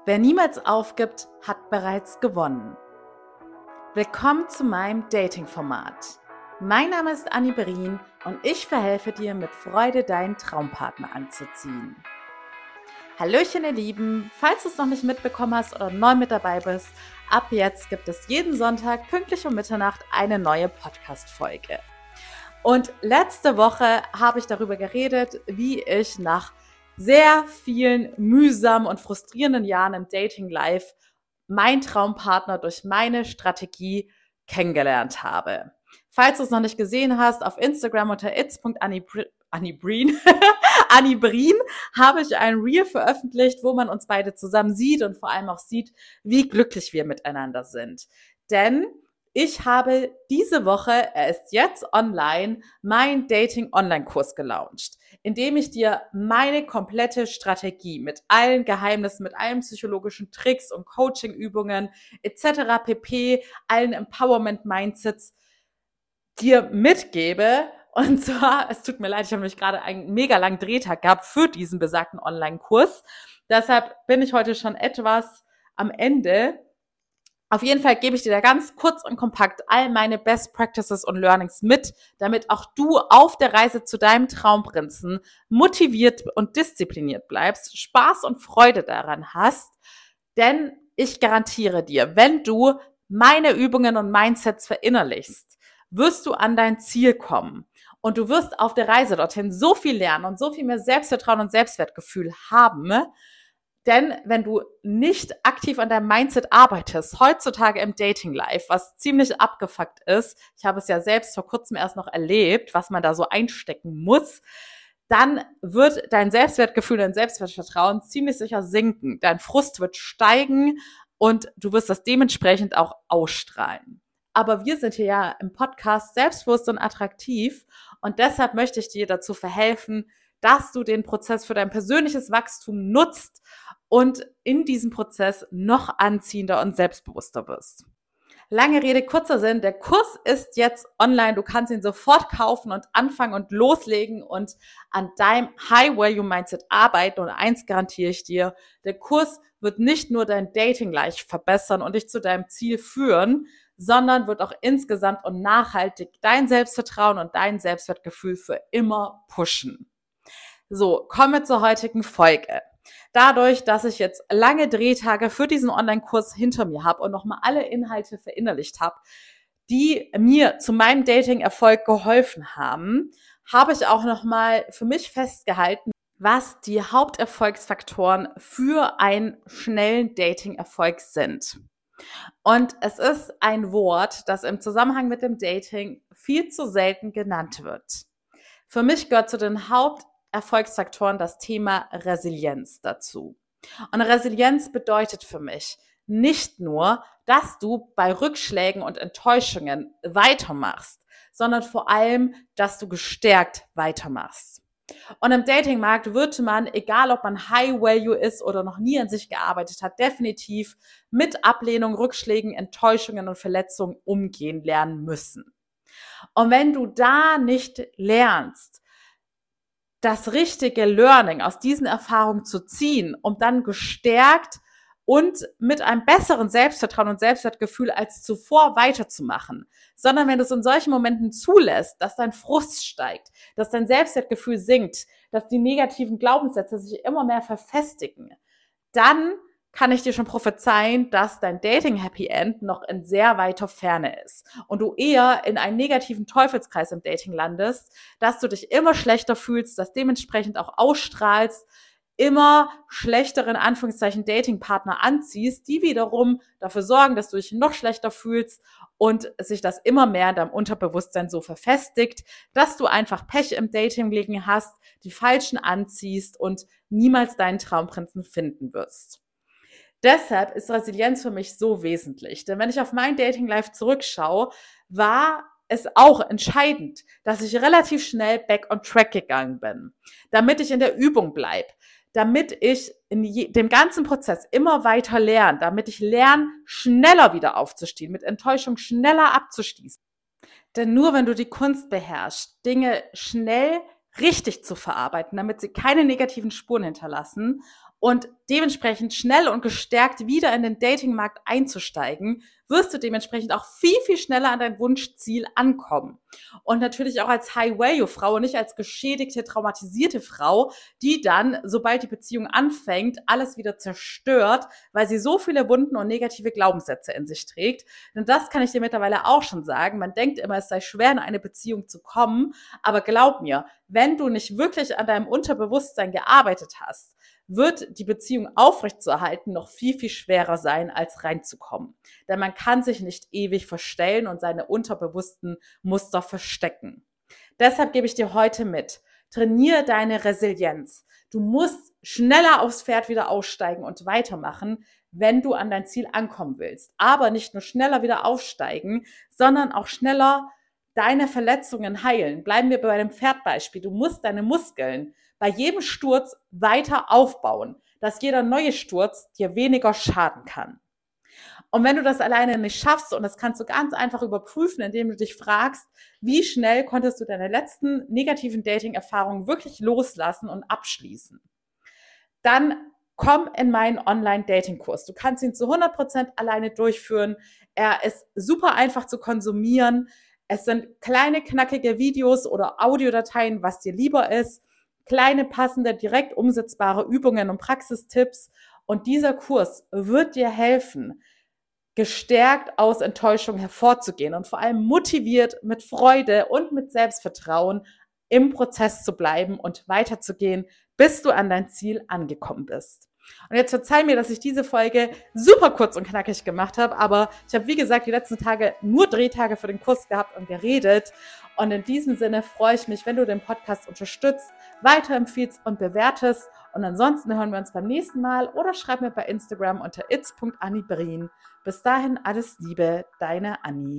Wer niemals aufgibt, hat bereits gewonnen. Willkommen zu meinem Dating-Format. Mein Name ist Anni Brien und ich verhelfe dir mit Freude, deinen Traumpartner anzuziehen. Hallöchen ihr Lieben, falls du es noch nicht mitbekommen hast oder neu mit dabei bist, ab jetzt gibt es jeden Sonntag pünktlich um Mitternacht eine neue Podcast-Folge. Und letzte Woche habe ich darüber geredet, wie ich nach sehr vielen mühsamen und frustrierenden Jahren im Dating-Life meinen Traumpartner durch meine Strategie kennengelernt habe. Falls du es noch nicht gesehen hast, auf Instagram unter its.annibrien habe ich ein Reel veröffentlicht, wo man uns beide zusammen sieht und vor allem auch sieht, wie glücklich wir miteinander sind. Denn ich habe diese Woche, er ist jetzt online, meinen Dating-Online-Kurs gelauncht, in dem ich dir meine komplette Strategie mit allen Geheimnissen, mit allen psychologischen Tricks und Coaching-Übungen etc. pp., allen Empowerment-Mindsets dir mitgebe. Und zwar, es tut mir leid, ich habe nämlich gerade einen mega langen Drehtag gehabt für diesen besagten Online-Kurs. Deshalb bin ich heute schon etwas am Ende. Auf jeden Fall gebe ich dir da ganz kurz und kompakt all meine Best Practices und Learnings mit, damit auch du auf der Reise zu deinem Traumprinzen motiviert und diszipliniert bleibst, Spaß und Freude daran hast. Denn ich garantiere dir, wenn du meine Übungen und Mindsets verinnerlichst, wirst du an dein Ziel kommen. Und du wirst auf der Reise dorthin so viel lernen und so viel mehr Selbstvertrauen und Selbstwertgefühl haben. Denn wenn du nicht aktiv an deinem Mindset arbeitest, heutzutage im Dating-Life, was ziemlich abgefuckt ist, ich habe es ja selbst vor kurzem erst noch erlebt, was man da so einstecken muss, dann wird dein Selbstwertgefühl, dein Selbstwertvertrauen ziemlich sicher sinken. Dein Frust wird steigen und du wirst das dementsprechend auch ausstrahlen. Aber wir sind hier ja im Podcast selbstbewusst und attraktiv und deshalb möchte ich dir dazu verhelfen, dass du den Prozess für dein persönliches Wachstum nutzt und in diesem Prozess noch anziehender und selbstbewusster wirst. Lange Rede, kurzer Sinn, der Kurs ist jetzt online. Du kannst ihn sofort kaufen und anfangen und loslegen und an deinem High-Value-Mindset arbeiten. Und eins garantiere ich dir, der Kurs wird nicht nur dein Dating-Life verbessern und dich zu deinem Ziel führen, sondern wird auch insgesamt und nachhaltig dein Selbstvertrauen und dein Selbstwertgefühl für immer pushen. So, kommen wir zur heutigen Folge. Dadurch, dass ich jetzt lange Drehtage für diesen Online-Kurs hinter mir habe und nochmal alle Inhalte verinnerlicht habe, die mir zu meinem Dating-Erfolg geholfen haben, habe ich auch nochmal für mich festgehalten, was die Haupterfolgsfaktoren für einen schnellen Dating-Erfolg sind. Und es ist ein Wort, das im Zusammenhang mit dem Dating viel zu selten genannt wird. Für mich gehört zu den Haupterfolgsfaktoren das Thema Resilienz dazu. Und Resilienz bedeutet für mich nicht nur, dass du bei Rückschlägen und Enttäuschungen weitermachst, sondern vor allem, dass du gestärkt weitermachst. Und im Datingmarkt wird man, egal ob man High Value ist oder noch nie an sich gearbeitet hat, definitiv mit Ablehnung, Rückschlägen, Enttäuschungen und Verletzungen umgehen lernen müssen. Und wenn du da nicht lernst, das richtige Learning aus diesen Erfahrungen zu ziehen, um dann gestärkt und mit einem besseren Selbstvertrauen und Selbstwertgefühl als zuvor weiterzumachen, sondern wenn du es in solchen Momenten zulässt, dass dein Frust steigt, dass dein Selbstwertgefühl sinkt, dass die negativen Glaubenssätze sich immer mehr verfestigen, dann kann ich dir schon prophezeien, dass dein Dating-Happy End noch in sehr weiter Ferne ist und du eher in einen negativen Teufelskreis im Dating landest, dass du dich immer schlechter fühlst, dass dementsprechend auch ausstrahlst, immer schlechtere, in Anführungszeichen, Datingpartner anziehst, die wiederum dafür sorgen, dass du dich noch schlechter fühlst und sich das immer mehr in deinem Unterbewusstsein so verfestigt, dass du einfach Pech im Dating hast, die Falschen anziehst und niemals deinen Traumprinzen finden wirst. Deshalb ist Resilienz für mich so wesentlich. Denn wenn ich auf mein Dating-Life zurückschaue, war es auch entscheidend, dass ich relativ schnell back on track gegangen bin, damit ich in der Übung bleibe, damit ich in dem ganzen Prozess immer weiter lerne, damit ich lerne, schneller wieder aufzustehen, mit Enttäuschung schneller abzuschließen. Denn nur wenn du die Kunst beherrschst, Dinge schnell richtig zu verarbeiten, damit sie keine negativen Spuren hinterlassen und dementsprechend schnell und gestärkt wieder in den Datingmarkt einzusteigen, wirst du dementsprechend auch viel, viel schneller an dein Wunschziel ankommen. Und natürlich auch als High-Value-Frau und nicht als geschädigte, traumatisierte Frau, die dann, sobald die Beziehung anfängt, alles wieder zerstört, weil sie so viele Wunden und negative Glaubenssätze in sich trägt. Und das kann ich dir mittlerweile auch schon sagen. Man denkt immer, es sei schwer, in eine Beziehung zu kommen. Aber glaub mir, wenn du nicht wirklich an deinem Unterbewusstsein gearbeitet hast, wird die Beziehung aufrechtzuerhalten noch viel, viel schwerer sein, als reinzukommen. Denn man kann sich nicht ewig verstellen und seine unterbewussten Muster verstecken. Deshalb gebe ich dir heute mit: Trainiere deine Resilienz. Du musst schneller aufs Pferd wieder aussteigen und weitermachen, wenn du an dein Ziel ankommen willst. Aber nicht nur schneller wieder aufsteigen, sondern auch schneller deine Verletzungen heilen. Bleiben wir bei dem Pferdbeispiel. Du musst deine Muskeln bei jedem Sturz weiter aufbauen, dass jeder neue Sturz dir weniger schaden kann. Und wenn du das alleine nicht schaffst, und das kannst du ganz einfach überprüfen, indem du dich fragst, wie schnell konntest du deine letzten negativen Dating-Erfahrungen wirklich loslassen und abschließen, dann komm in meinen Online-Dating-Kurs. Du kannst ihn zu 100% alleine durchführen. Er ist super einfach zu konsumieren. Es sind kleine, knackige Videos oder Audiodateien, was dir lieber ist. Kleine, passende, direkt umsetzbare Übungen und Praxistipps. Und dieser Kurs wird dir helfen, gestärkt aus Enttäuschung hervorzugehen und vor allem motiviert, mit Freude und mit Selbstvertrauen im Prozess zu bleiben und weiterzugehen, bis du an dein Ziel angekommen bist. Und jetzt verzeih mir, dass ich diese Folge super kurz und knackig gemacht habe, aber ich habe, wie gesagt, die letzten Tage nur Drehtage für den Kurs gehabt und geredet. Und in diesem Sinne freue ich mich, wenn du den Podcast unterstützt, weiterempfiehlst und bewertest. Und ansonsten hören wir uns beim nächsten Mal oder schreib mir bei Instagram unter its.anniberin. Bis dahin alles Liebe, deine Anni.